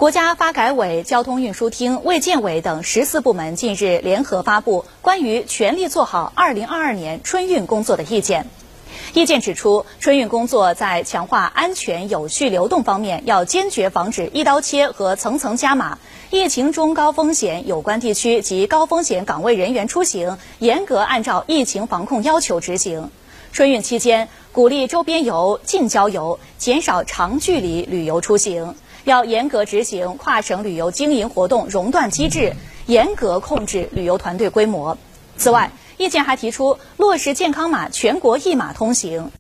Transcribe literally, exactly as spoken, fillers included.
国家发改委、交通运输厅、卫健委等十四部门近日联合发布关于全力做好二零二二年春运工作的意见。意见指出，春运工作在强化安全有序流动方面，要坚决防止一刀切和层层加码。疫情中高风险有关地区及高风险岗位人员出行，严格按照疫情防控要求执行。春运期间，鼓励周边游、近郊游，减少长距离旅游出行。要严格执行跨省旅游经营活动熔断机制，严格控制旅游团队规模。此外，意见还提出落实健康码全国一码通行。